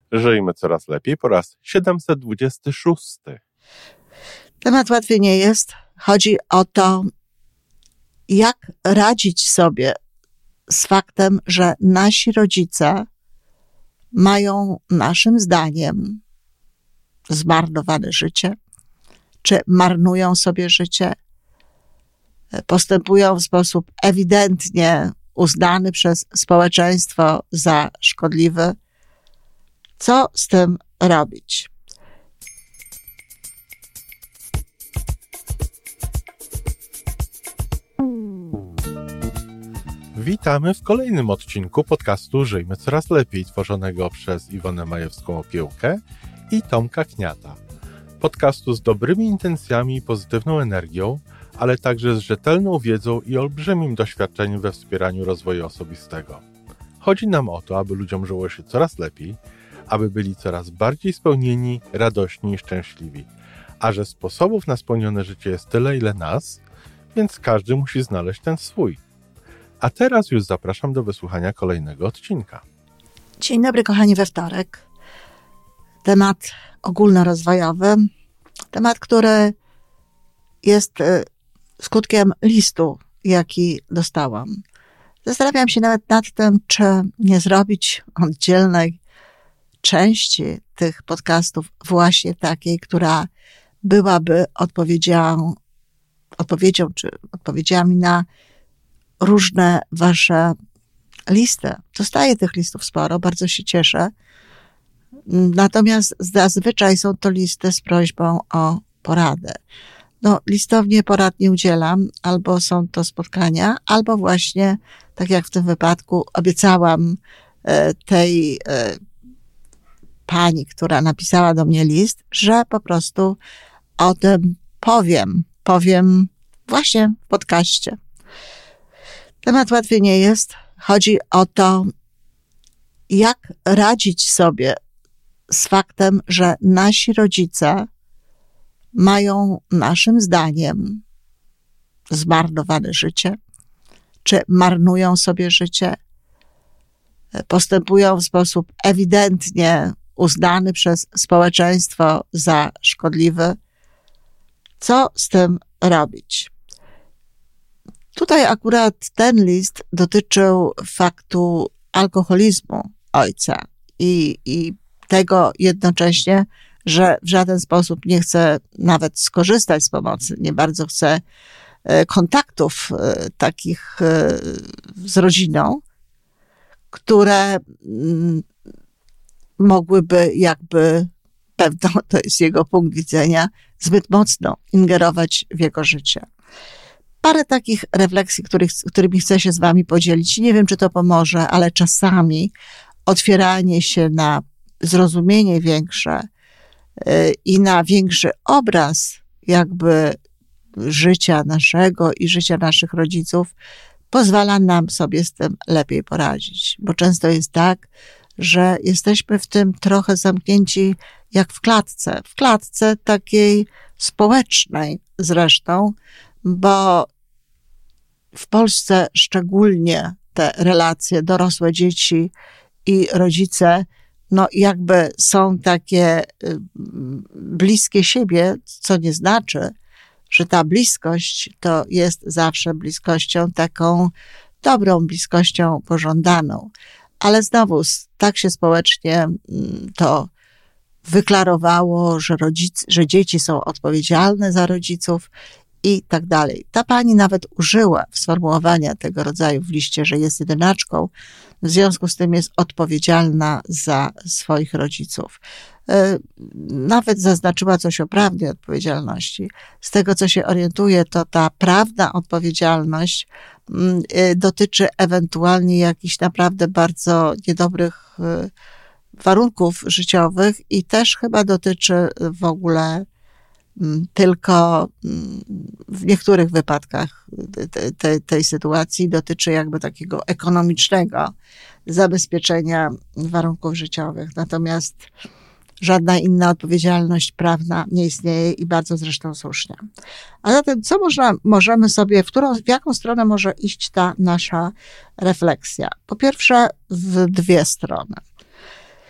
Żyjmy coraz lepiej po raz 726. Temat łatwy nie jest. Chodzi o to, jak radzić sobie z faktem, że nasi rodzice mają naszym zdaniem zmarnowane życie, czy marnują sobie życie, postępują w sposób ewidentnie uznany przez społeczeństwo za szkodliwy. Co z tym robić? Witamy w kolejnym odcinku podcastu Żyjmy Coraz Lepiej, tworzonego przez Iwonę Majewską-Opiełkę i Tomka Kniata. Podcastu z dobrymi intencjami i pozytywną energią, ale także z rzetelną wiedzą i olbrzymim doświadczeniem we wspieraniu rozwoju osobistego. Chodzi nam o to, aby ludziom żyło się coraz lepiej, aby byli coraz bardziej spełnieni, radośni i szczęśliwi. A że sposobów na spełnione życie jest tyle, ile nas, więc każdy musi znaleźć ten swój. A teraz już zapraszam do wysłuchania kolejnego odcinka. Dzień dobry, kochani, we wtorek. Temat ogólnorozwojowy. Temat, który jest skutkiem listu, jaki dostałam. Zastanawiam się nawet nad tym, czy nie zrobić oddzielnej części tych podcastów właśnie takiej, która byłaby odpowiedzią czy odpowiedziami na różne wasze listy. Dostaję tych listów sporo, bardzo się cieszę. Natomiast zazwyczaj są to listy z prośbą o poradę. Listownie porad nie udzielam, albo są to spotkania, albo właśnie, tak jak w tym wypadku, obiecałam tej pani, która napisała do mnie list, że po prostu o tym powiem właśnie w podcaście. Temat łatwy nie jest. Chodzi o to, jak radzić sobie z faktem, że nasi rodzice mają naszym zdaniem zmarnowane życie, czy marnują sobie życie, postępują w sposób ewidentnie uznany przez społeczeństwo za szkodliwy. Co z tym robić? Tutaj akurat ten list dotyczył faktu alkoholizmu ojca i tego jednocześnie, że w żaden sposób nie chce nawet skorzystać z pomocy, nie bardzo chce kontaktów takich z rodziną, które mogłyby pewno to jest jego punkt widzenia, zbyt mocno ingerować w jego życie. Parę takich refleksji, którymi chcę się z wami podzielić. Nie wiem, czy to pomoże, ale czasami otwieranie się na zrozumienie większe i na większy obraz życia naszego i życia naszych rodziców pozwala nam sobie z tym lepiej poradzić. Bo często jest tak, że jesteśmy w tym trochę zamknięci jak w klatce takiej społecznej zresztą, bo w Polsce szczególnie te relacje dorosłe dzieci i rodzice są takie bliskie siebie, co nie znaczy, że ta bliskość to jest zawsze bliskością taką dobrą, bliskością pożądaną. Ale znowu tak się społecznie to wyklarowało, że dzieci są odpowiedzialne za rodziców i tak dalej. Ta pani nawet użyła sformułowania tego rodzaju w liście, że jest jedynaczką, w związku z tym jest odpowiedzialna za swoich rodziców. Nawet zaznaczyła coś o prawnej odpowiedzialności. Z tego, co się orientuję, to ta prawna odpowiedzialność dotyczy ewentualnie jakichś naprawdę bardzo niedobrych warunków życiowych i też chyba dotyczy w ogóle tylko w niektórych wypadkach tej sytuacji dotyczy takiego ekonomicznego zabezpieczenia warunków życiowych. Natomiast żadna inna odpowiedzialność prawna nie istnieje i bardzo zresztą słusznie. A zatem co możemy sobie, w jaką stronę może iść ta nasza refleksja? Po pierwsze w dwie strony.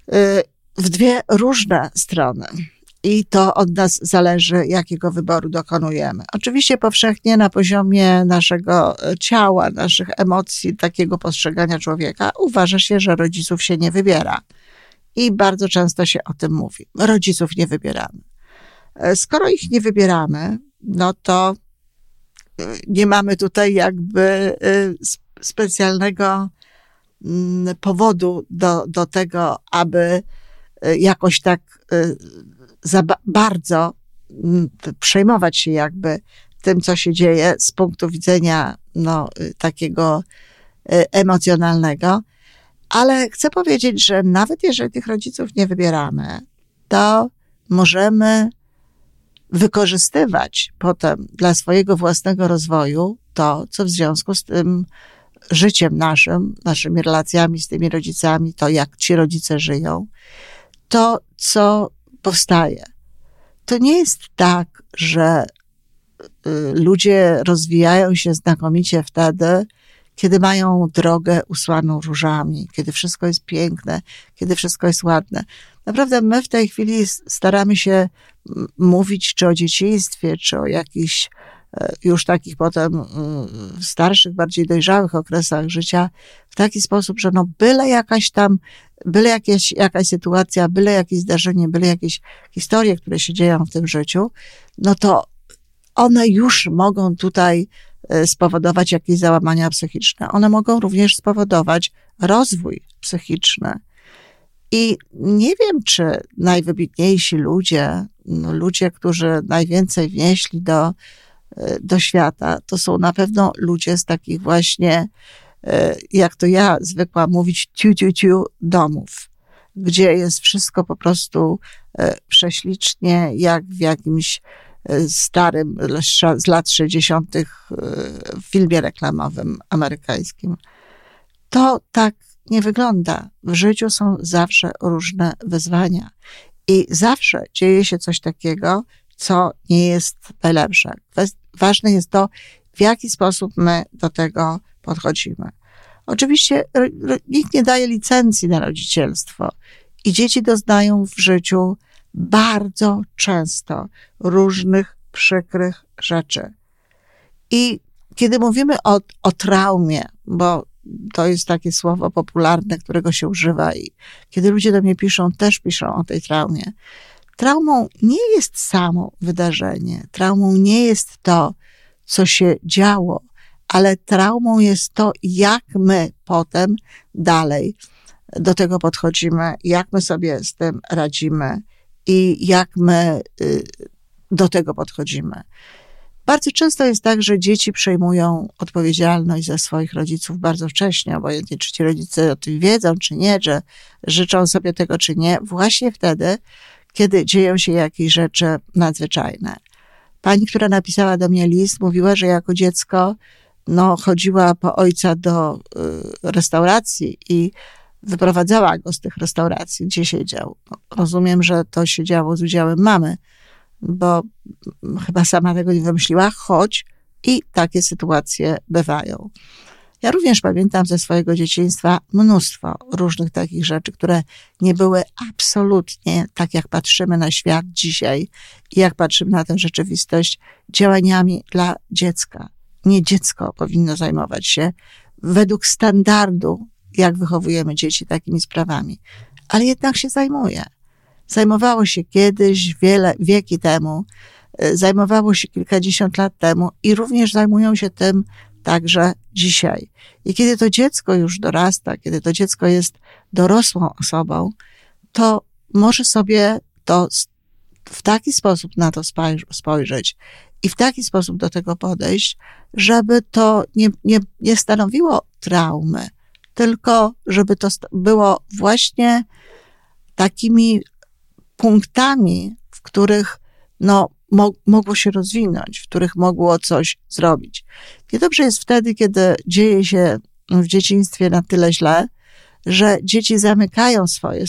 w dwie różne strony. I to od nas zależy, jakiego wyboru dokonujemy. Oczywiście powszechnie na poziomie naszego ciała, naszych emocji, takiego postrzegania człowieka, uważa się, że rodziców się nie wybiera. I bardzo często się o tym mówi. Rodziców nie wybieramy. Skoro ich nie wybieramy, no to nie mamy tutaj jakby specjalnego powodu do tego, aby jakoś tak za bardzo przejmować się jakby tym, co się dzieje z punktu widzenia takiego emocjonalnego. Ale chcę powiedzieć, że nawet jeżeli tych rodziców nie wybieramy, to możemy wykorzystywać potem dla swojego własnego rozwoju to, co w związku z tym życiem naszymi relacjami z tymi rodzicami, to jak ci rodzice żyją, to, co powstaje. To nie jest tak, że ludzie rozwijają się znakomicie wtedy, kiedy mają drogę usłaną różami, kiedy wszystko jest piękne, kiedy wszystko jest ładne. Naprawdę my w tej chwili staramy się mówić czy o dzieciństwie, czy o jakichś już takich potem starszych, bardziej dojrzałych okresach życia w taki sposób, że byle jakaś sytuacja, byle jakieś zdarzenie, byle jakieś historie, które się dzieją w tym życiu, no to one już mogą tutaj spowodować jakieś załamania psychiczne. One mogą również spowodować rozwój psychiczny. I nie wiem, czy najwybitniejsi ludzie, którzy najwięcej wnieśli do świata, to są na pewno ludzie z takich właśnie, jak to ja zwykłam mówić, domów, gdzie jest wszystko po prostu prześlicznie, jak w jakimś starym, z lat 60. filmie reklamowym amerykańskim. To tak nie wygląda. W życiu są zawsze różne wyzwania i zawsze dzieje się coś takiego, co nie jest najlepsze. Ważne jest to, w jaki sposób my do tego podchodzimy. Oczywiście nikt nie daje licencji na rodzicielstwo i dzieci doznają w życiu bardzo często różnych przykrych rzeczy. I kiedy mówimy o traumie, bo to jest takie słowo popularne, którego się używa i kiedy ludzie do mnie piszą, też piszą o tej traumie. Traumą nie jest samo wydarzenie, traumą nie jest to, co się działo, ale traumą jest to, jak my potem dalej do tego podchodzimy, jak my sobie z tym radzimy i jak my do tego podchodzimy. Bardzo często jest tak, że dzieci przejmują odpowiedzialność za swoich rodziców bardzo wcześnie, obojętnie czy ci rodzice o tym wiedzą, czy nie, że życzą sobie tego, czy nie, właśnie wtedy, kiedy dzieją się jakieś rzeczy nadzwyczajne. Pani, która napisała do mnie list, mówiła, że jako dziecko chodziła po ojca do restauracji i wyprowadzała go z tych restauracji, gdzie siedział. Rozumiem, że to się działo z udziałem mamy, bo chyba sama tego nie wymyśliła, choć i takie sytuacje bywają. Ja również pamiętam ze swojego dzieciństwa mnóstwo różnych takich rzeczy, które nie były absolutnie, tak jak patrzymy na świat dzisiaj i jak patrzymy na tę rzeczywistość, działaniami dla dziecka. Nie dziecko powinno zajmować się według standardu, jak wychowujemy dzieci takimi sprawami, ale jednak się zajmuje. Zajmowało się kiedyś, wieki temu, zajmowało się kilkadziesiąt lat temu i również zajmują się tym także dzisiaj. I kiedy to dziecko już dorasta, kiedy to dziecko jest dorosłą osobą, to może sobie to w taki sposób na to spojrzeć i w taki sposób do tego podejść, żeby to nie stanowiło traumy, tylko żeby to było właśnie takimi punktami, w których mogło się rozwinąć, w których mogło coś zrobić. Niedobrze jest wtedy, kiedy dzieje się w dzieciństwie na tyle źle, że dzieci zamykają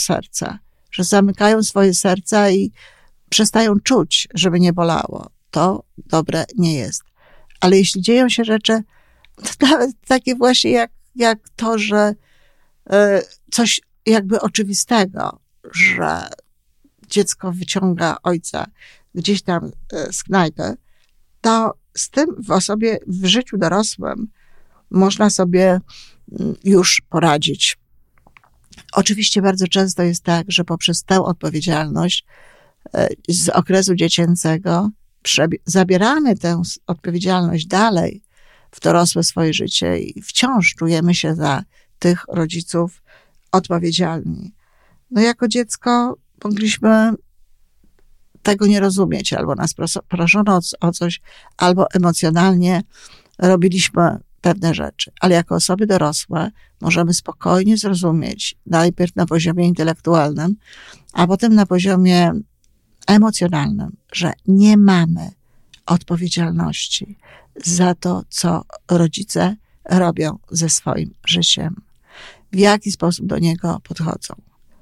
swoje serca i przestają czuć, żeby nie bolało. To dobre nie jest. Ale jeśli dzieją się rzeczy, to nawet takie właśnie jak to, że coś jakby oczywistego, że dziecko wyciąga ojca gdzieś tam z knajpy, to z tym w życiu dorosłym można sobie już poradzić. Oczywiście bardzo często jest tak, że poprzez tę odpowiedzialność z okresu dziecięcego zabieramy tę odpowiedzialność dalej w dorosłe swoje życie i wciąż czujemy się za tych rodziców odpowiedzialni. No jako dziecko mogliśmy tego nie rozumieć, albo nas proszono o coś, albo emocjonalnie robiliśmy pewne rzeczy. Ale jako osoby dorosłe możemy spokojnie zrozumieć, najpierw na poziomie intelektualnym, a potem na poziomie emocjonalnym, że nie mamy odpowiedzialności za to, co rodzice robią ze swoim życiem, w jaki sposób do niego podchodzą.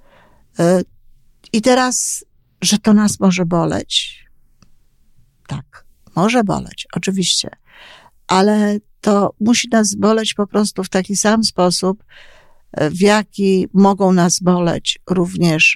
I teraz, że to nas może boleć. Tak, może boleć, oczywiście, ale to musi nas boleć po prostu w taki sam sposób, w jaki mogą nas boleć również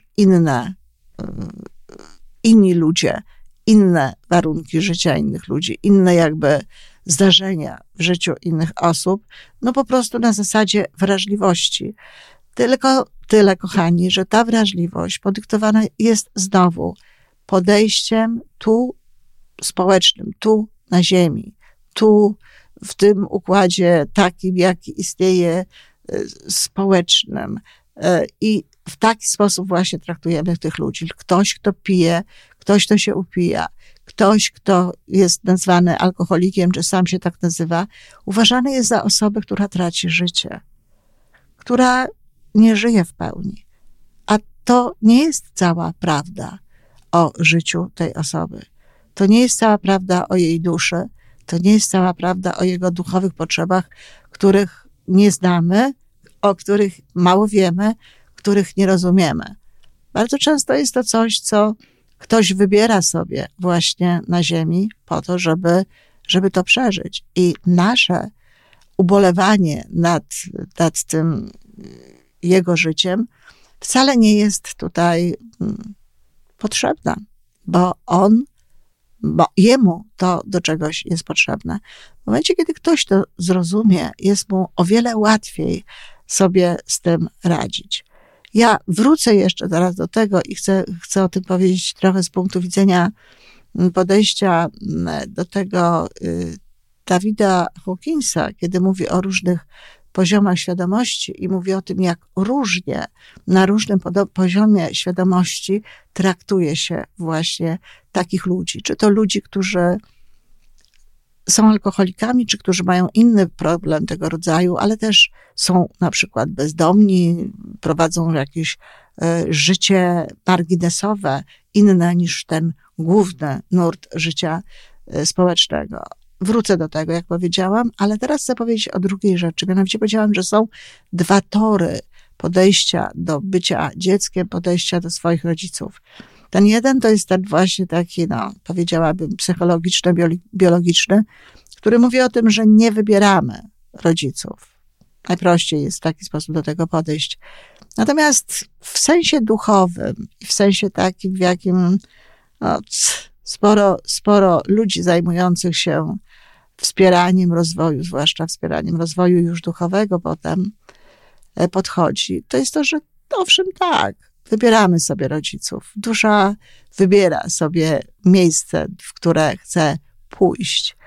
inni ludzie, inne warunki życia innych ludzi, inne jakby zdarzenia w życiu innych osób, no po prostu na zasadzie wrażliwości. Tylko tyle, kochani, że ta wrażliwość podyktowana jest znowu podejściem tu społecznym, tu na ziemi, tu w tym układzie takim, jaki istnieje społecznym. I w taki sposób właśnie traktujemy tych ludzi. Ktoś, kto pije, ktoś, kto się upija, ktoś, kto jest nazwany alkoholikiem, czy sam się tak nazywa, uważany jest za osobę, która traci życie, która nie żyje w pełni. A to nie jest cała prawda o życiu tej osoby. To nie jest cała prawda o jej duszy, to nie jest cała prawda o jego duchowych potrzebach, których nie znamy, o których mało wiemy, których nie rozumiemy. Bardzo często jest to coś, co ktoś wybiera sobie właśnie na ziemi po to, żeby to przeżyć. I nasze ubolewanie nad tym jego życiem wcale nie jest tutaj potrzebna, bo jemu to do czegoś jest potrzebne. W momencie, kiedy ktoś to zrozumie, jest mu o wiele łatwiej sobie z tym radzić. Ja wrócę jeszcze zaraz do tego i chcę o tym powiedzieć trochę z punktu widzenia podejścia do tego Davida Hawkinsa, kiedy mówi o różnych poziomach świadomości i mówi o tym, jak różnie, na różnym poziomie świadomości traktuje się właśnie takich ludzi. Czy to ludzi, którzy są alkoholikami, czy którzy mają inny problem tego rodzaju, ale też są na przykład bezdomni, prowadzą jakieś życie marginesowe, inne niż ten główny nurt życia społecznego. Wrócę do tego, jak powiedziałam, ale teraz chcę powiedzieć o drugiej rzeczy. Mianowicie powiedziałam, że są dwa tory podejścia do bycia dzieckiem, podejścia do swoich rodziców. Ten jeden to jest ten właśnie taki, powiedziałabym, psychologiczny, biologiczny, który mówi o tym, że nie wybieramy rodziców. Najprościej jest w taki sposób do tego podejść. Natomiast w sensie duchowym i w sensie takim, w jakim sporo ludzi zajmujących się wspieraniem rozwoju, zwłaszcza wspieraniem rozwoju już duchowego potem podchodzi, to jest to, że owszem tak, wybieramy sobie rodziców. Dusza wybiera sobie miejsce, w które chce pójść,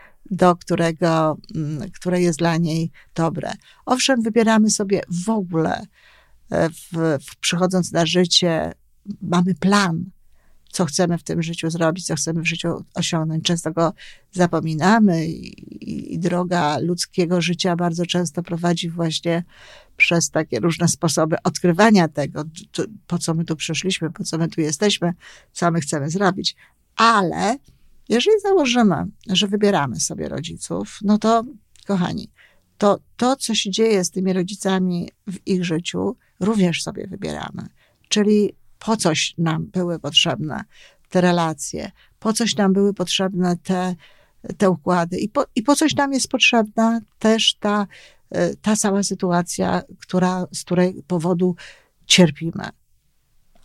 które jest dla niej dobre. Owszem, wybieramy sobie w ogóle, przychodząc na życie, mamy plan, co chcemy w tym życiu zrobić, co chcemy w życiu osiągnąć. Często go zapominamy i droga ludzkiego życia bardzo często prowadzi właśnie przez takie różne sposoby odkrywania tego, po co my tu przyszliśmy, po co my tu jesteśmy, co my chcemy zrobić. Ale jeżeli założymy, że wybieramy sobie rodziców, no to, kochani, to, co się dzieje z tymi rodzicami w ich życiu, również sobie wybieramy. Czyli po coś nam były potrzebne te relacje, po coś nam były potrzebne te układy i po coś nam jest potrzebna też ta cała sytuacja, z której powodu cierpimy. A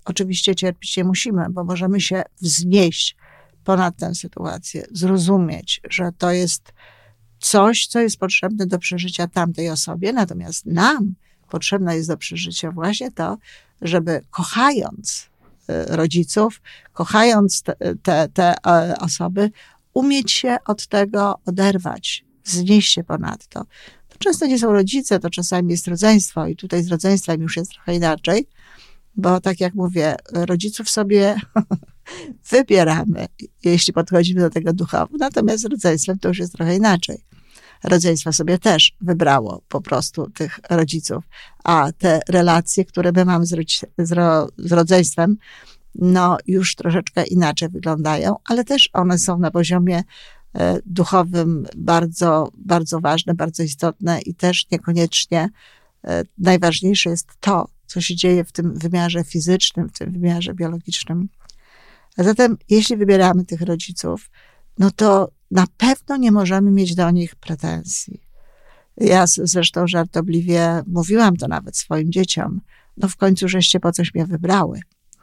oczywiście cierpieć nie musimy, bo możemy się wznieść ponad tę sytuację, zrozumieć, że to jest coś, co jest potrzebne do przeżycia tamtej osobie, natomiast nam potrzebne jest do przeżycia właśnie to, żeby kochając rodziców, kochając te osoby, umieć się od tego oderwać, wznieść się ponad to. To często nie są rodzice, to czasami jest rodzeństwo i tutaj z rodzeństwem już jest trochę inaczej, bo tak jak mówię, rodziców sobie wybieramy, jeśli podchodzimy do tego duchowo, natomiast z rodzeństwem to już jest trochę inaczej. Rodzeństwo sobie wybrało po prostu tych rodziców, a te relacje, które my mamy z rodzeństwem, no już troszeczkę inaczej wyglądają, ale też one są na poziomie duchowym bardzo, bardzo ważne, bardzo istotne i też niekoniecznie najważniejsze jest to, co się dzieje w tym wymiarze fizycznym, w tym wymiarze biologicznym. A zatem, jeśli wybieramy tych rodziców, no to na pewno nie możemy mieć do nich pretensji. Ja zresztą żartobliwie mówiłam to nawet swoim dzieciom. No w końcu żeście po coś mnie wybrały.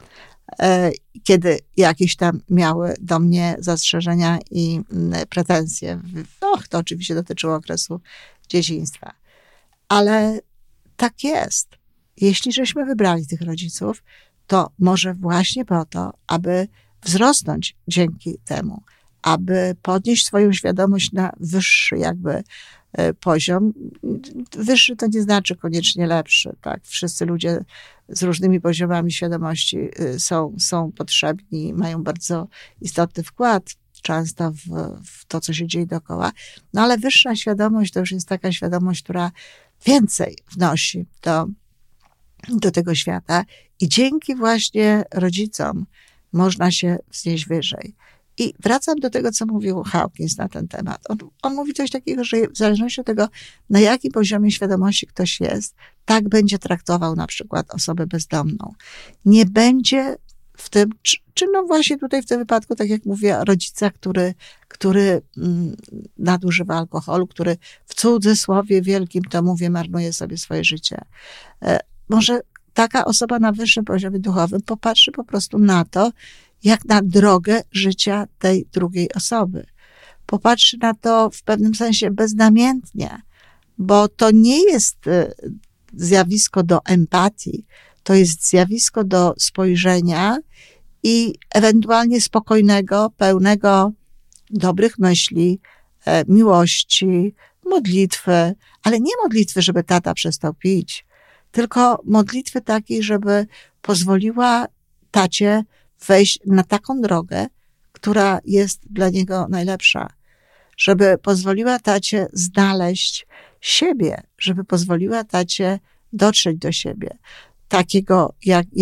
Kiedy jakieś tam miały do mnie zastrzeżenia i pretensje. To oczywiście dotyczyło okresu dzieciństwa. Ale tak jest. Jeśli żeśmy wybrali tych rodziców, to może właśnie po to, aby wzrosnąć dzięki temu, aby podnieść swoją świadomość na wyższy poziom. Wyższy to nie znaczy koniecznie lepszy, tak? Wszyscy ludzie z różnymi poziomami świadomości są potrzebni, mają bardzo istotny wkład często w to, co się dzieje dookoła. No ale wyższa świadomość to już jest taka świadomość, która więcej wnosi do tego świata i dzięki właśnie rodzicom można się wznieść wyżej. I wracam do tego, co mówił Hawkins na ten temat. On mówi coś takiego, że w zależności od tego, na jakim poziomie świadomości ktoś jest, tak będzie traktował na przykład osobę bezdomną. Nie będzie w tym, czy no właśnie tutaj w tym wypadku, tak jak mówię, rodzica, który nadużywa alkoholu, który w cudzysłowie wielkim to mówię, marnuje sobie swoje życie. Może taka osoba na wyższym poziomie duchowym popatrzy po prostu na to, jak na drogę życia tej drugiej osoby. Popatrzy na to w pewnym sensie beznamiętnie, bo to nie jest zjawisko do empatii, to jest zjawisko do spojrzenia i ewentualnie spokojnego, pełnego dobrych myśli, miłości, modlitwy, ale nie modlitwy, żeby tata przestał pić, tylko modlitwy takiej, żeby pozwoliła tacie wejść na taką drogę, która jest dla niego najlepsza. Żeby pozwoliła tacie znaleźć siebie, żeby pozwoliła tacie dotrzeć do siebie. Takiego,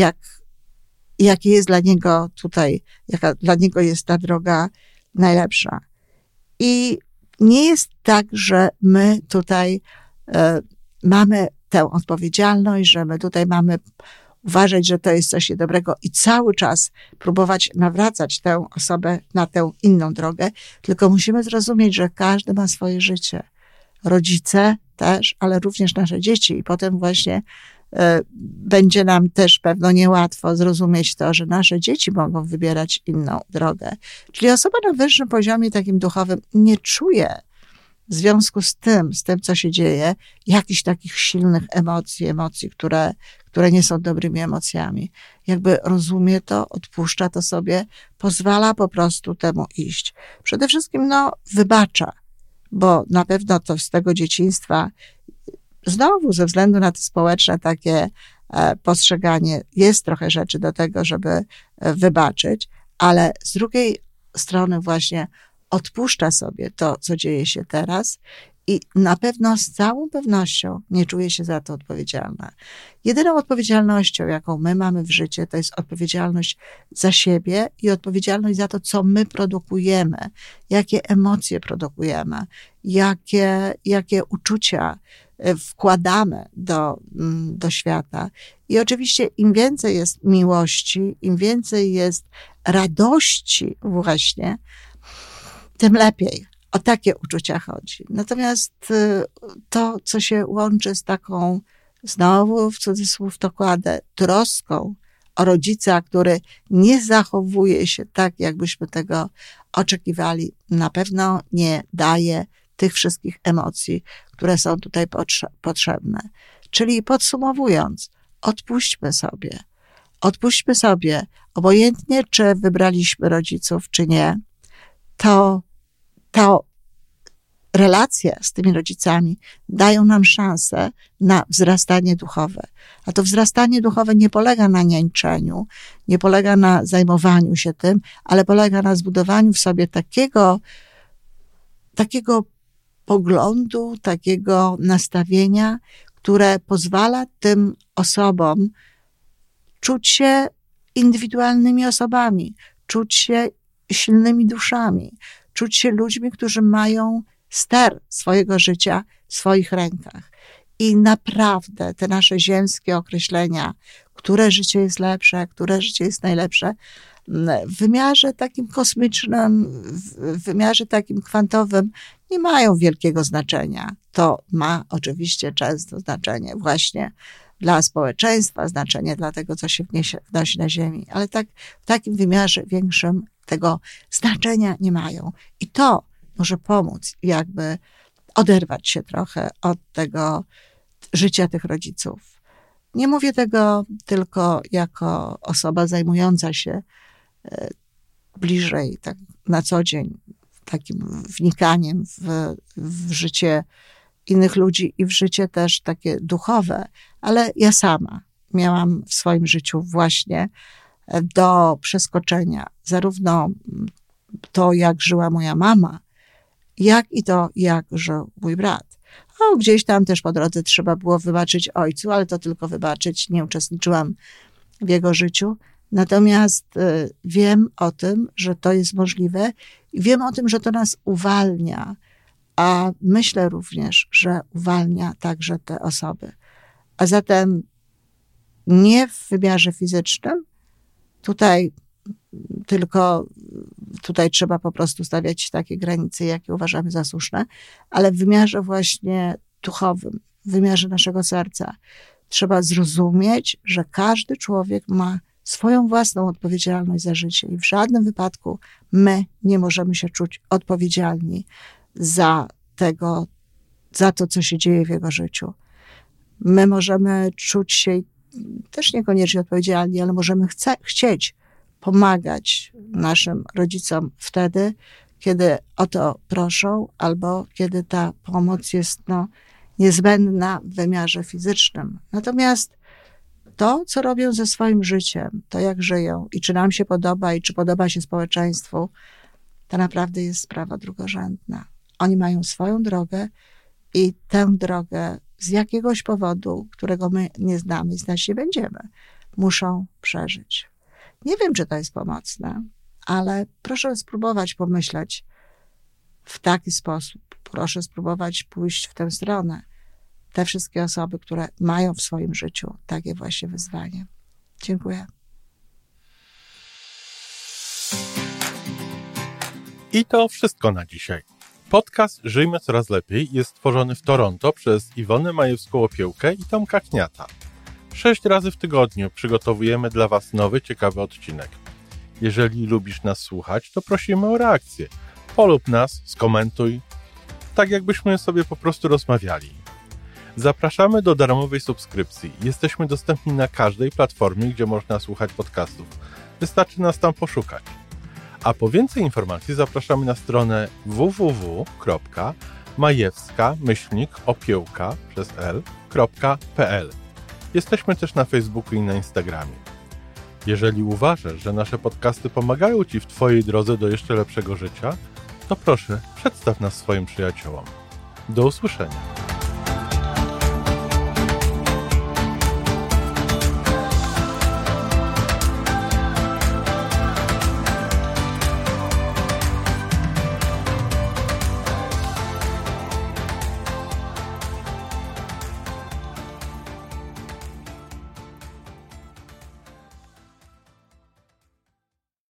jakie jest dla niego tutaj, jaka dla niego jest ta droga najlepsza. I nie jest tak, że my tutaj mamy tę odpowiedzialność, że my tutaj mamy uważać, że to jest coś niedobrego i cały czas próbować nawracać tę osobę na tę inną drogę, tylko musimy zrozumieć, że każdy ma swoje życie. Rodzice też, ale również nasze dzieci i potem właśnie będzie nam też pewno niełatwo zrozumieć to, że nasze dzieci mogą wybierać inną drogę. Czyli osoba na wyższym poziomie takim duchowym nie czuje w związku z tym, co się dzieje, jakichś takich silnych emocji, które nie są dobrymi emocjami. Jakby rozumie to, odpuszcza to sobie, pozwala po prostu temu iść. Przede wszystkim, wybacza, bo na pewno to z tego dzieciństwa, znowu ze względu na to społeczne takie postrzeganie, jest trochę rzeczy do tego, żeby wybaczyć, ale z drugiej strony właśnie odpuszcza sobie to, co dzieje się teraz i na pewno z całą pewnością nie czuje się za to odpowiedzialna. Jedyną odpowiedzialnością, jaką my mamy w życiu, to jest odpowiedzialność za siebie i odpowiedzialność za to, co my produkujemy, jakie emocje produkujemy, jakie uczucia wkładamy do świata. I oczywiście im więcej jest miłości, im więcej jest radości właśnie, tym lepiej. O takie uczucia chodzi. Natomiast to, co się łączy z taką, znowu w cudzysłów to kładę, troską o rodzica, który nie zachowuje się tak, jakbyśmy tego oczekiwali, na pewno nie daje tych wszystkich emocji, które są tutaj potrzebne. Czyli podsumowując, odpuśćmy sobie, obojętnie czy wybraliśmy rodziców, czy nie, to relacje z tymi rodzicami dają nam szansę na wzrastanie duchowe. A to wzrastanie duchowe nie polega na niańczeniu, nie polega na zajmowaniu się tym, ale polega na zbudowaniu w sobie takiego poglądu, takiego nastawienia, które pozwala tym osobom czuć się indywidualnymi osobami, czuć się silnymi duszami, czuć się ludźmi, którzy mają ster swojego życia w swoich rękach. I naprawdę te nasze ziemskie określenia, które życie jest lepsze, które życie jest najlepsze, w wymiarze takim kosmicznym, w wymiarze takim kwantowym nie mają wielkiego znaczenia. To ma oczywiście często znaczenie właśnie dla społeczeństwa, znaczenie dla tego, co się wnosi na ziemi, ale tak w takim wymiarze większym tego znaczenia nie mają. I to może pomóc jakby oderwać się trochę od tego życia tych rodziców. Nie mówię tego tylko jako osoba zajmująca się bliżej, tak na co dzień, takim wnikaniem w życie innych ludzi i w życie też takie duchowe, ale ja sama miałam w swoim życiu właśnie do przeskoczenia zarówno to, jak żyła moja mama, jak i to, jak żył mój brat. Gdzieś tam też po drodze trzeba było wybaczyć ojcu, ale to tylko wybaczyć, nie uczestniczyłam w jego życiu. Natomiast wiem o tym, że to jest możliwe i wiem o tym, że to nas uwalnia, a myślę również, że uwalnia także te osoby. A zatem nie w wymiarze fizycznym, tutaj trzeba po prostu stawiać takie granice, jakie uważamy za słuszne, ale w wymiarze właśnie duchowym, w wymiarze naszego serca trzeba zrozumieć, że każdy człowiek ma swoją własną odpowiedzialność za życie i w żadnym wypadku my nie możemy się czuć odpowiedzialni za to, co się dzieje w jego życiu. My możemy czuć się też niekoniecznie odpowiedzialni, ale możemy chcieć pomagać naszym rodzicom wtedy, kiedy o to proszą, albo kiedy ta pomoc jest niezbędna w wymiarze fizycznym. Natomiast to, co robią ze swoim życiem, to jak żyją i czy nam się podoba i czy podoba się społeczeństwu, to naprawdę jest sprawa drugorzędna. Oni mają swoją drogę i tę drogę z jakiegoś powodu, którego my nie znamy i znać nie będziemy, muszą przeżyć. Nie wiem, czy to jest pomocne, ale proszę spróbować pomyśleć w taki sposób. Proszę spróbować pójść w tę stronę. Te wszystkie osoby, które mają w swoim życiu takie właśnie wyzwanie. Dziękuję. I to wszystko na dzisiaj. Podcast Żyjmy Coraz Lepiej jest stworzony w Toronto przez Iwonę Majewską-Opiełkę i Tomka Kniata. 6 razy w tygodniu przygotowujemy dla Was nowy, ciekawy odcinek. Jeżeli lubisz nas słuchać, to prosimy o reakcję. Polub nas, skomentuj, tak jakbyśmy sobie po prostu rozmawiali. Zapraszamy do darmowej subskrypcji. Jesteśmy dostępni na każdej platformie, gdzie można słuchać podcastów. Wystarczy nas tam poszukać. A po więcej informacji zapraszamy na stronę www.majewska-opiełka.pl. Jesteśmy też na Facebooku i na Instagramie. Jeżeli uważasz, że nasze podcasty pomagają Ci w Twojej drodze do jeszcze lepszego życia, to proszę, przedstaw nas swoim przyjaciołom. Do usłyszenia.